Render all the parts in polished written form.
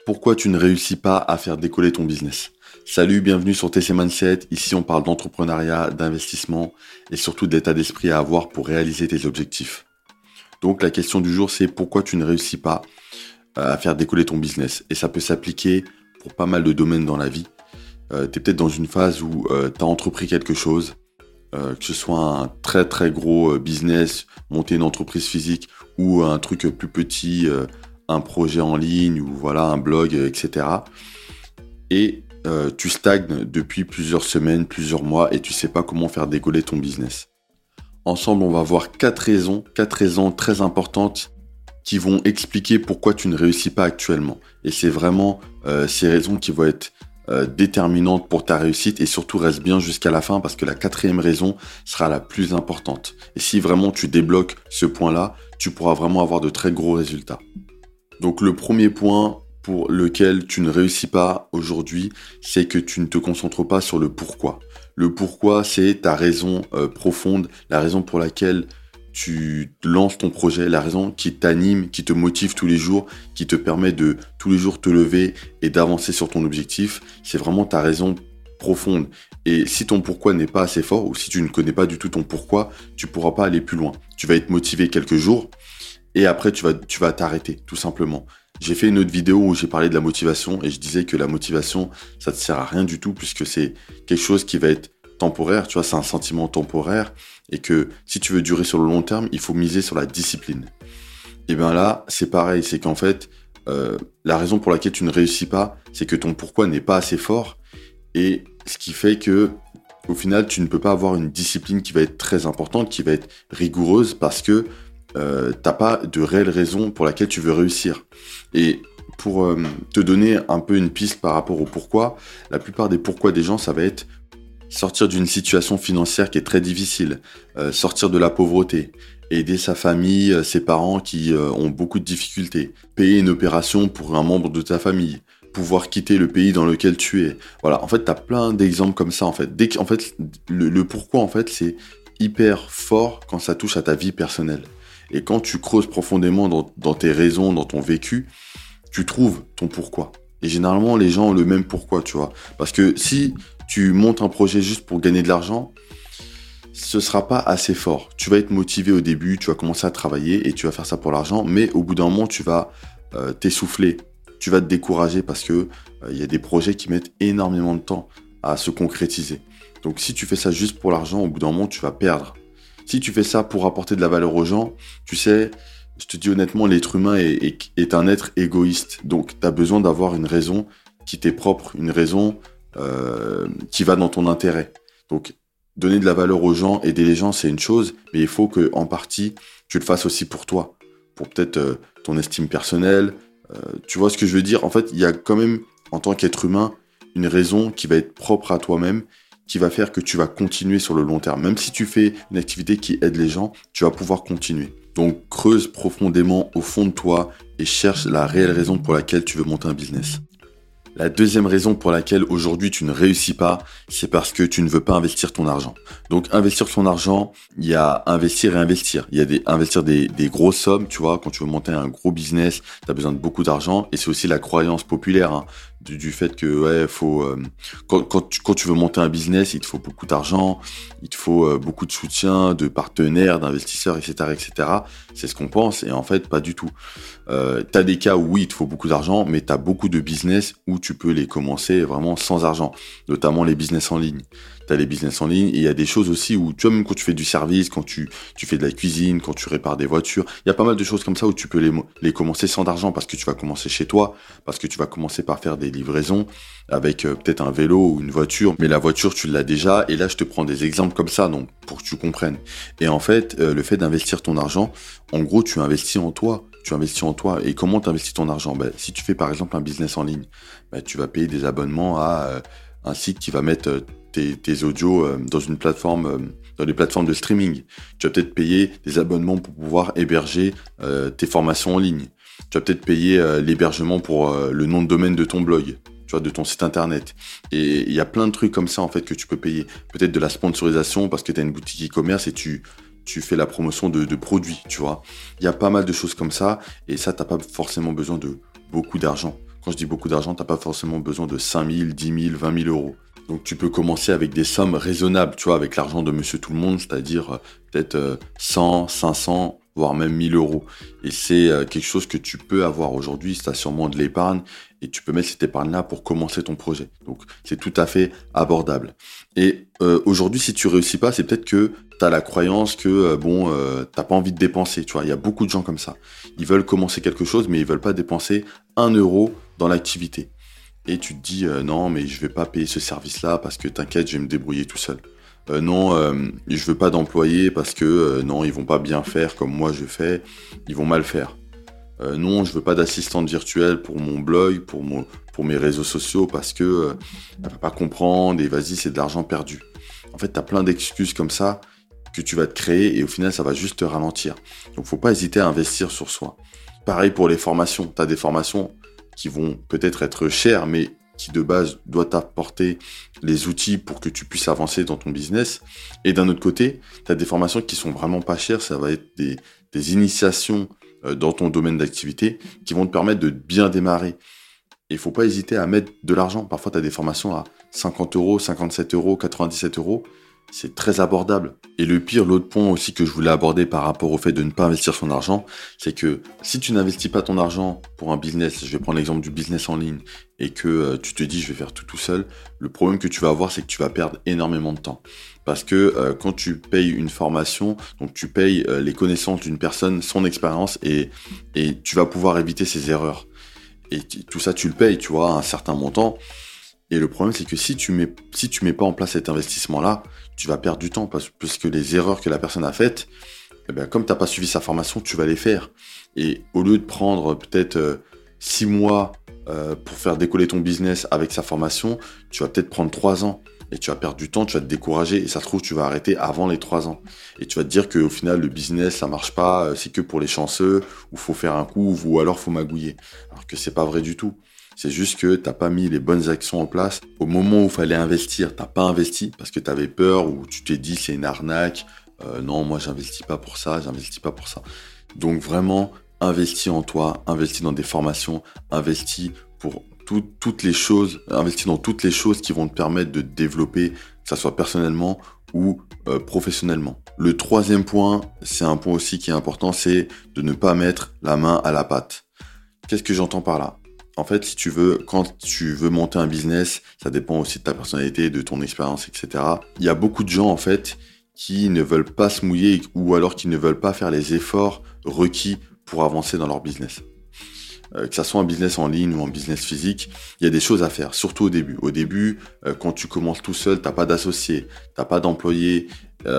Pourquoi tu ne réussis pas à faire décoller ton business? Salut, bienvenue sur TC Mindset. Ici, on parle d'entrepreneuriat, d'investissement et surtout d'état d'esprit à avoir pour réaliser tes objectifs. Donc, la question du jour, c'est pourquoi tu ne réussis pas à faire décoller ton business? Et ça peut s'appliquer pour pas mal de domaines dans la vie. Tu es peut-être dans une phase où tu as entrepris quelque chose, que ce soit un très très gros business, monter une entreprise physique ou un truc plus petit, un projet en ligne ou voilà un blog, etc. Et tu stagnes depuis plusieurs semaines, plusieurs mois et tu sais pas comment faire décoller ton business. Ensemble, on va voir quatre raisons très importantes qui vont expliquer pourquoi tu ne réussis pas actuellement. Et c'est vraiment ces raisons qui vont être déterminantes pour ta réussite et surtout reste bien jusqu'à la fin parce que la quatrième raison sera la plus importante. Et si vraiment tu débloques ce point-là, tu pourras vraiment avoir de très gros résultats. Donc le premier point pour lequel tu ne réussis pas aujourd'hui, c'est que tu ne te concentres pas sur le pourquoi. Le pourquoi, c'est ta raison profonde, la raison pour laquelle tu lances ton projet, la raison qui t'anime, qui te motive tous les jours, qui te permet de tous les jours te lever et d'avancer sur ton objectif. C'est vraiment ta raison profonde. Et si ton pourquoi n'est pas assez fort, ou si tu ne connais pas du tout ton pourquoi, tu pourras pas aller plus loin. Tu vas être motivé quelques jours, et après tu vas t'arrêter, tout simplement. J'ai fait une autre vidéo où j'ai parlé de la motivation, et je disais que la motivation, ça ne sert à rien du tout, puisque c'est quelque chose qui va être temporaire, tu vois, c'est un sentiment temporaire, et que si tu veux durer sur le long terme, il faut miser sur la discipline. Et bien là, c'est pareil, c'est qu'en fait, la raison pour laquelle tu ne réussis pas, c'est que ton pourquoi n'est pas assez fort, et ce qui fait que, au final, tu ne peux pas avoir une discipline qui va être très importante, qui va être rigoureuse, parce que t'as pas de réelle raison pour laquelle tu veux réussir. Et pour te donner un peu une piste par rapport au pourquoi, la plupart des pourquoi des gens, ça va être sortir d'une situation financière qui est très difficile, sortir de la pauvreté, aider sa famille, ses parents qui ont beaucoup de difficultés, payer une opération pour un membre de ta famille, pouvoir quitter le pays dans lequel tu es. Voilà, en fait, tu as plein d'exemples comme ça, en fait. Le pourquoi, en fait, c'est hyper fort quand ça touche à ta vie personnelle. Et quand tu creuses profondément dans tes raisons, dans ton vécu, tu trouves ton pourquoi. Et généralement, les gens ont le même pourquoi, tu vois. Parce que si tu montes un projet juste pour gagner de l'argent, ce sera pas assez fort. Tu vas être motivé au début, tu vas commencer à travailler et tu vas faire ça pour l'argent, mais au bout d'un moment, tu vas t'essouffler. Tu vas te décourager parce que y a des projets qui mettent énormément de temps à se concrétiser. Donc si tu fais ça juste pour l'argent, au bout d'un moment, tu vas perdre. Si tu fais ça pour apporter de la valeur aux gens, tu sais, je te dis honnêtement, l'être humain est un être égoïste. Donc, tu as besoin d'avoir une raison qui t'est propre, une raison qui va dans ton intérêt. Donc, donner de la valeur aux gens, aider les gens, c'est une chose, mais il faut que, en partie, tu le fasses aussi pour toi, pour peut-être ton estime personnelle. Tu vois ce que je veux dire? En fait, il y a quand même, en tant qu'être humain, une raison qui va être propre à toi-même, qui va faire que tu vas continuer sur le long terme. Même si tu fais une activité qui aide les gens, tu vas pouvoir continuer. Donc creuse profondément au fond de toi et cherche la réelle raison pour laquelle tu veux monter un business. La deuxième raison pour laquelle aujourd'hui tu ne réussis pas, c'est parce que tu ne veux pas investir ton argent. Donc investir son argent, il y a investir et investir. Il y a investir des grosses sommes, tu vois, quand tu veux monter un gros business, tu as besoin de beaucoup d'argent. Et c'est aussi la croyance populaire du fait que ouais, faut quand tu veux monter un business, il te faut beaucoup d'argent, il te faut beaucoup de soutien, de partenaires, d'investisseurs, etc., etc. C'est ce qu'on pense et en fait pas du tout. T'as des cas où oui, il te faut beaucoup d'argent, mais t'as beaucoup de business où tu peux les commencer vraiment sans argent, notamment les business en ligne. T'as les business en ligne et il y a des choses aussi où, tu vois, même quand tu fais du service, quand tu fais de la cuisine, quand tu répares des voitures, il y a pas mal de choses comme ça où tu peux les commencer sans argent parce que tu vas commencer chez toi, parce que tu vas commencer par faire des livraisons avec peut-être un vélo ou une voiture, mais la voiture tu l'as déjà et là je te prends des exemples comme ça donc pour que tu comprennes. Et en fait, le fait d'investir ton argent, en gros tu investis en toi. Tu investis en toi. Et comment tu investis ton argent? Si tu fais par exemple un business en ligne, tu vas payer des abonnements à un site qui va mettre tes audios dans une plateforme, dans les plateformes de streaming. Tu vas peut-être payer des abonnements pour pouvoir héberger tes formations en ligne. Tu vas peut-être payer l'hébergement pour le nom de domaine de ton blog, tu vois, de ton site internet. Et il y a plein de trucs comme ça en fait que tu peux payer. Peut-être de la sponsorisation parce que tu as une boutique e-commerce et tu fais la promotion de produits, tu vois. Il y a pas mal de choses comme ça et ça, t'as pas forcément besoin de beaucoup d'argent. Quand je dis beaucoup d'argent, tu n'as pas forcément besoin de 5 000, 10 000, 20 000 euros. Donc tu peux commencer avec des sommes raisonnables, tu vois, avec l'argent de monsieur tout le monde, c'est-à-dire peut-être 100, 500, voire même 1000 euros. Et c'est quelque chose que tu peux avoir aujourd'hui, si tu as sûrement de l'épargne, et tu peux mettre cette épargne-là pour commencer ton projet. Donc c'est tout à fait abordable. Et aujourd'hui, si tu réussis pas, c'est peut-être que tu as la croyance que, t'as pas envie de dépenser, tu vois. Il y a beaucoup de gens comme ça. Ils veulent commencer quelque chose, mais ils veulent pas dépenser 1 euro dans l'activité. Et tu te dis, non, mais je vais pas payer ce service-là parce que t'inquiète, je vais me débrouiller tout seul. Non, je veux pas d'employés parce que non, ils vont pas bien faire comme moi je fais, ils vont mal faire. Non, je veux pas d'assistante virtuelle pour mon blog, pour mes réseaux sociaux parce que elle va pas comprendre et vas-y, c'est de l'argent perdu. En fait, t'as plein d'excuses comme ça que tu vas te créer et au final, ça va juste te ralentir. Donc, faut pas hésiter à investir sur soi. Pareil pour les formations. T'as des formations qui vont peut-être être chères, mais qui de base doivent t'apporter les outils pour que tu puisses avancer dans ton business. Et d'un autre côté, tu as des formations qui sont vraiment pas chères, ça va être des initiations dans ton domaine d'activité qui vont te permettre de bien démarrer. Et il faut pas hésiter à mettre de l'argent. Parfois, tu as des formations à 50 euros, 57 euros, 97 euros. C'est très abordable. Et le pire, l'autre point aussi que je voulais aborder par rapport au fait de ne pas investir son argent, c'est que si tu n'investis pas ton argent pour un business, je vais prendre l'exemple du business en ligne, et que tu te dis je vais faire tout seul, le problème que tu vas avoir, c'est que tu vas perdre énormément de temps. Parce que quand tu payes une formation, donc tu payes les connaissances d'une personne, son expérience, et tu vas pouvoir éviter ses erreurs. Et tout ça, tu le payes, tu vois, à un certain montant. Et le problème, c'est que si tu mets pas en place cet investissement-là, tu vas perdre du temps parce que les erreurs que la personne a faites, eh ben, comme t'as pas suivi sa formation, tu vas les faire. Et au lieu de prendre peut-être 6 mois pour faire décoller ton business avec sa formation, tu vas peut-être prendre 3 ans. Et tu vas perdre du temps, tu vas te décourager et ça se trouve, tu vas arrêter avant les 3 ans. Et tu vas te dire qu'au final, le business, ça marche pas, c'est que pour les chanceux, ou faut faire un coup, ou alors faut magouiller. Alors que c'est pas vrai du tout. C'est juste que t'as pas mis les bonnes actions en place. Au moment où il fallait investir, t'as pas investi parce que t'avais peur ou tu t'es dit c'est une arnaque. Non, moi j'investis pas pour ça, j'investis pas pour ça. Donc vraiment, investis en toi, investis dans des formations, investis pour toutes les choses, investis dans toutes les choses qui vont te permettre de te développer, que ça soit personnellement ou professionnellement. Le troisième point, c'est un point aussi qui est important, c'est de ne pas mettre la main à la pâte. Qu'est-ce que j'entends par là ? En fait, quand tu veux monter un business, ça dépend aussi de ta personnalité, de ton expérience, etc. Il y a beaucoup de gens, en fait, qui ne veulent pas se mouiller ou alors qui ne veulent pas faire les efforts requis pour avancer dans leur business. Que ça soit un business en ligne ou un business physique, il y a des choses à faire, surtout au début. Au début, quand tu commences tout seul, t'as pas d'associé, t'as pas d'employé,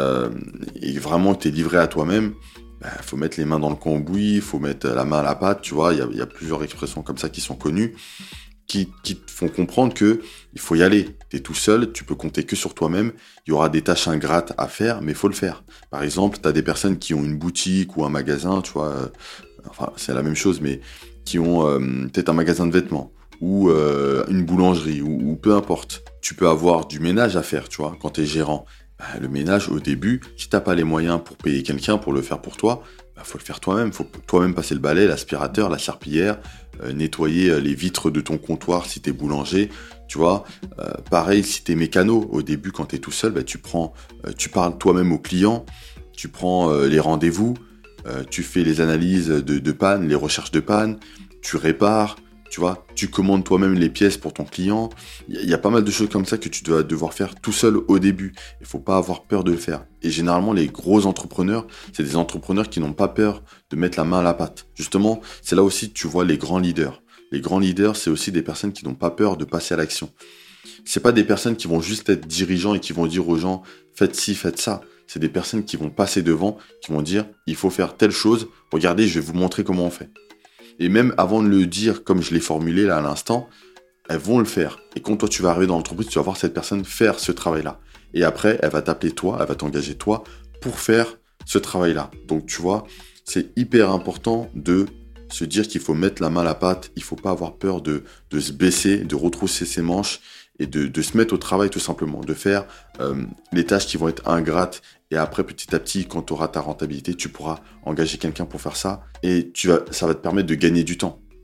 et vraiment t'es livré à toi-même. Faut mettre les mains dans le cambouis, il faut mettre la main à la pâte, tu vois, il y a plusieurs expressions comme ça qui sont connues, qui te font comprendre que il faut y aller. T'es tout seul, tu peux compter que sur toi-même, il y aura des tâches ingrates à faire, mais il faut le faire. Par exemple, t'as des personnes qui ont une boutique ou un magasin, tu vois, enfin, c'est la même chose, mais qui ont peut-être un magasin de vêtements, ou une boulangerie, ou peu importe. Tu peux avoir du ménage à faire, tu vois, quand t'es gérant. Le ménage, au début, si t'as pas les moyens pour payer quelqu'un pour le faire pour toi, faut le faire toi-même. Faut toi-même passer le balai, l'aspirateur, la serpillière, nettoyer les vitres de ton comptoir si t'es boulanger, tu vois. Pareil, si t'es mécano, au début, quand t'es tout seul, tu parles toi-même aux clients, tu prends les rendez-vous, tu fais les analyses de panne, les recherches de panne, tu répares, tu vois, tu commandes toi-même les pièces pour ton client. Il y a pas mal de choses comme ça que tu dois devoir faire tout seul au début. Il faut pas avoir peur de le faire. Et généralement, les gros entrepreneurs, c'est des entrepreneurs qui n'ont pas peur de mettre la main à la pâte. Justement, c'est là aussi que tu vois les grands leaders. Les grands leaders, c'est aussi des personnes qui n'ont pas peur de passer à l'action. C'est pas des personnes qui vont juste être dirigeants et qui vont dire aux gens « faites ci, faites ça ». C'est des personnes qui vont passer devant, qui vont dire « il faut faire telle chose, regardez, je vais vous montrer comment on fait ». Et même avant de le dire comme je l'ai formulé là à l'instant, elles vont le faire. Et quand toi tu vas arriver dans l'entreprise, tu vas voir cette personne faire ce travail-là. Et après, elle va t'appeler toi, elle va t'engager toi pour faire ce travail-là. Donc tu vois, c'est hyper important de se dire qu'il faut mettre la main à la pâte, il faut pas avoir peur de se baisser, de retrousser ses manches et de se mettre au travail tout simplement, de faire les tâches qui vont être ingrates. Et après, petit à petit, quand tu auras ta rentabilité, tu pourras engager quelqu'un pour faire ça. Et ça va te permettre de gagner du temps.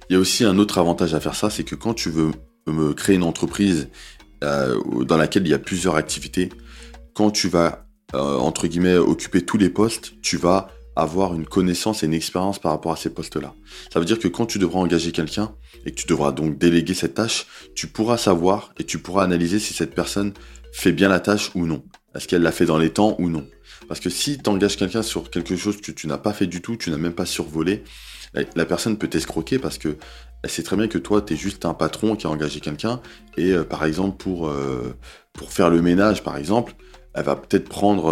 Il y a aussi un autre avantage à faire ça, c'est que quand tu veux me créer une entreprise dans laquelle il y a plusieurs activités, quand tu vas, entre guillemets, occuper tous les postes, tu vas avoir une connaissance et une expérience par rapport à ces postes-là. Ça veut dire que quand tu devras engager quelqu'un et que tu devras donc déléguer cette tâche, tu pourras savoir et tu pourras analyser si cette personne fait bien la tâche ou non. Est-ce qu'elle l'a fait dans les temps ou non? Parce que si tu engages quelqu'un sur quelque chose que tu n'as pas fait du tout, tu n'as même pas survolé, la personne peut t'escroquer parce que elle sait très bien que toi, tu es juste un patron qui a engagé quelqu'un et par exemple pour faire le ménage, par exemple, elle va peut-être prendre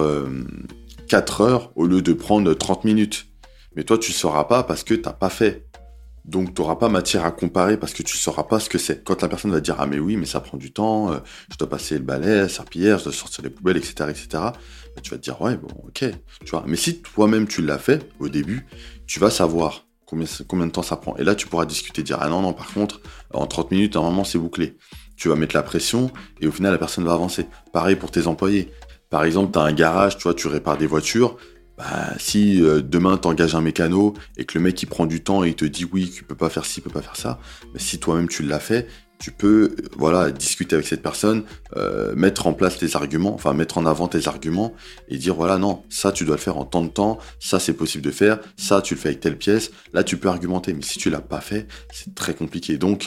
4 heures au lieu de prendre 30 minutes. Mais toi, tu ne sauras pas parce que tu n'as pas fait. Donc, tu n'auras pas matière à comparer parce que tu ne sauras pas ce que c'est. Quand la personne va dire «Ah mais oui, mais ça prend du temps, je dois passer le balai, la serpillière, je dois sortir les poubelles, etc. etc.», bah, tu vas te dire «Ouais, bon, ok.» Tu vois. Mais si toi-même tu l'as fait au début, tu vas savoir combien de temps ça prend. Et là, tu pourras discuter, dire «Ah non, non, par contre, en 30 minutes, normalement, c'est bouclé.» Tu vas mettre la pression et au final, la personne va avancer. Pareil pour tes employés. Par exemple, tu as un garage, tu vois, tu répares des voitures. Bah, si demain tu engages un mécano et que le mec il prend du temps et il te dit oui, tu peux pas faire ci, tu peux pas faire ça, bah, si toi-même tu l'as fait, tu peux voilà discuter avec cette personne, mettre en place tes arguments, enfin mettre en avant tes arguments et dire voilà non, ça tu dois le faire en tant de temps, ça c'est possible de faire, ça tu le fais avec telle pièce, là tu peux argumenter, mais si tu l'as pas fait, c'est très compliqué. Donc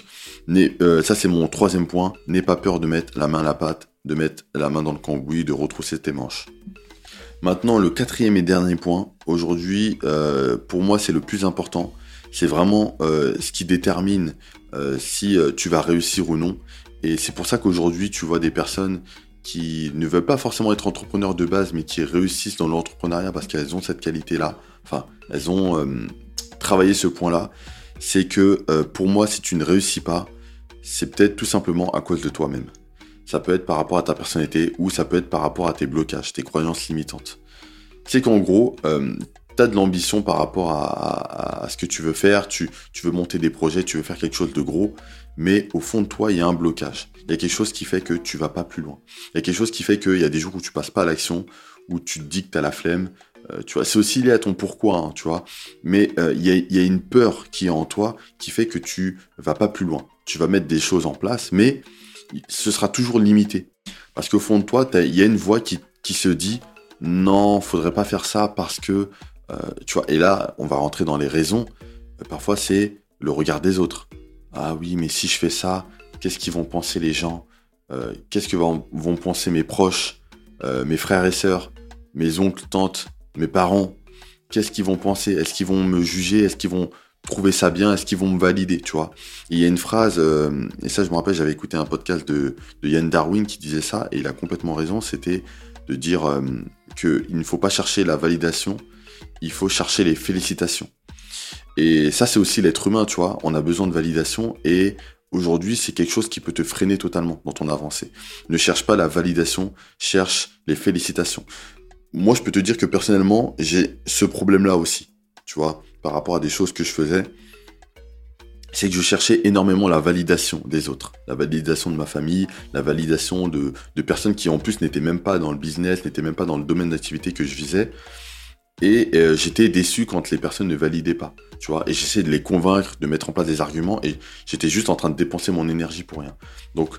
ça c'est mon troisième point, n'aie pas peur de mettre la main à la pâte, de mettre la main dans le cambouis, de retrousser tes manches. Maintenant, le quatrième et dernier point, aujourd'hui, pour moi, c'est le plus important. C'est vraiment ce qui détermine si tu vas réussir ou non. Et c'est pour ça qu'aujourd'hui, tu vois des personnes qui ne veulent pas forcément être entrepreneurs de base, mais qui réussissent dans l'entrepreneuriat parce qu'elles ont cette qualité-là. Enfin, elles ont travaillé ce point-là. C'est que pour moi, si tu ne réussis pas, c'est peut-être tout simplement à cause de toi-même. Ça peut être par rapport à ta personnalité ou ça peut être par rapport à tes blocages, tes croyances limitantes. C'est qu'en gros, tu as de l'ambition par rapport à ce que tu veux faire, tu veux monter des projets, tu veux faire quelque chose de gros, mais au fond de toi, il y a un blocage. Il y a quelque chose qui fait que tu vas pas plus loin. Il y a quelque chose qui fait qu'il y a des jours où tu passes pas à l'action, où tu te dis que tu as la flemme. Tu vois, c'est aussi lié à ton pourquoi, hein, tu vois. Mais il y a une peur qui est en toi qui fait que tu vas pas plus loin. Tu vas mettre des choses en place, mais ce sera toujours limité. Parce qu'au fond de toi, il y a une voix qui se dit non, faudrait pas faire ça parce que, tu vois, et là, on va rentrer dans les raisons. Parfois, c'est le regard des autres. Ah oui, mais si je fais ça, qu'est-ce qu'ils vont penser les gens? Qu'est-ce que vont penser mes proches, mes frères et sœurs, mes oncles, tantes, mes parents? Qu'est-ce qu'ils vont penser? Est-ce qu'ils vont me juger? Est-ce qu'ils vont trouver ça bien? Est-ce qu'ils vont me valider, tu vois? Et il y a une phrase, et ça je me rappelle, j'avais écouté un podcast de Yann Darwin qui disait ça, et il a complètement raison, c'était de dire qu'il ne faut pas chercher la validation, il faut chercher les félicitations. Et ça c'est aussi l'être humain, tu vois, on a besoin de validation, et aujourd'hui c'est quelque chose qui peut te freiner totalement dans ton avancée. Ne cherche pas la validation, cherche les félicitations. Moi je peux te dire que personnellement j'ai ce problème-là aussi, tu vois, par rapport à des choses que je faisais, c'est que je cherchais énormément la validation des autres, la validation de ma famille, la validation de personnes qui en plus n'étaient même pas dans le business, n'étaient même pas dans le domaine d'activité que je visais. Et j'étais déçu quand les personnes ne validaient pas, tu vois. Et j'essayais de les convaincre, de mettre en place des arguments, et j'étais juste en train de dépenser mon énergie pour rien. Donc,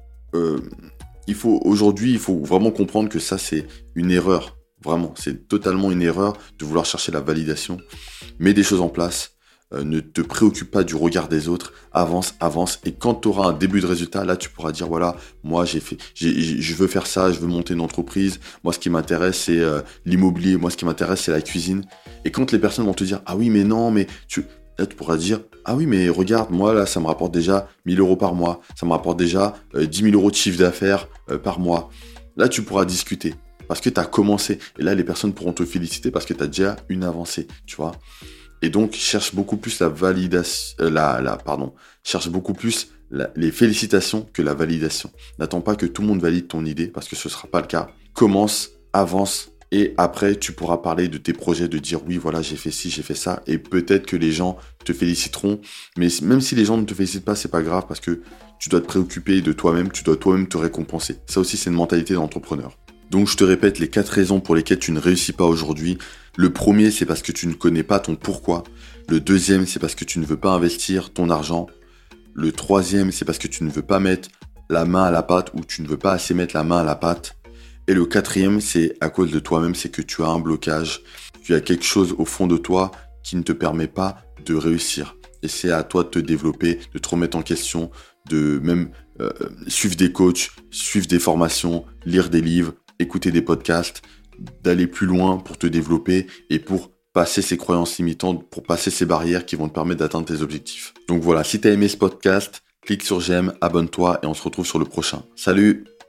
aujourd'hui, il faut vraiment comprendre que ça, c'est une erreur. Vraiment, c'est totalement une erreur de vouloir chercher la validation. Mets des choses en place. Ne te préoccupe pas du regard des autres, avance, et quand tu auras un début de résultat, là tu pourras dire voilà, moi je veux faire ça, je veux monter une entreprise, moi ce qui m'intéresse c'est l'immobilier, moi ce qui m'intéresse c'est la cuisine. Et quand les personnes vont te dire ah oui mais non, là tu pourras dire ah oui mais regarde, moi là ça me rapporte déjà 1000 euros par mois, ça me rapporte déjà 10 000 euros de chiffre d'affaires par mois. Là tu pourras discuter. Parce que tu as commencé. Et là, les personnes pourront te féliciter parce que tu as déjà une avancée, tu vois. Et donc, cherche beaucoup plus la validation, cherche beaucoup plus les félicitations que la validation. N'attends pas que tout le monde valide ton idée parce que ce ne sera pas le cas. Commence, avance et après, tu pourras parler de tes projets, de dire oui, voilà, j'ai fait ci, j'ai fait ça et peut-être que les gens te féliciteront. Mais même si les gens ne te félicitent pas, c'est pas grave parce que tu dois te préoccuper de toi-même, tu dois toi-même te récompenser. Ça aussi, c'est une mentalité d'entrepreneur. Donc je te répète les 4 raisons pour lesquelles tu ne réussis pas aujourd'hui. Le premier, c'est parce que tu ne connais pas ton pourquoi. Le deuxième, c'est parce que tu ne veux pas investir ton argent. Le troisième, c'est parce que tu ne veux pas mettre la main à la pâte ou tu ne veux pas assez mettre la main à la pâte. Et le quatrième, c'est à cause de toi-même, c'est que tu as un blocage. Tu as quelque chose au fond de toi qui ne te permet pas de réussir. Et c'est à toi de te développer, de te remettre en question, de même suivre des coachs, suivre des formations, lire des livres, écouter des podcasts, d'aller plus loin pour te développer et pour passer ces croyances limitantes, pour passer ces barrières qui vont te permettre d'atteindre tes objectifs. Donc voilà, si tu as aimé ce podcast, clique sur j'aime, abonne-toi et on se retrouve sur le prochain. Salut!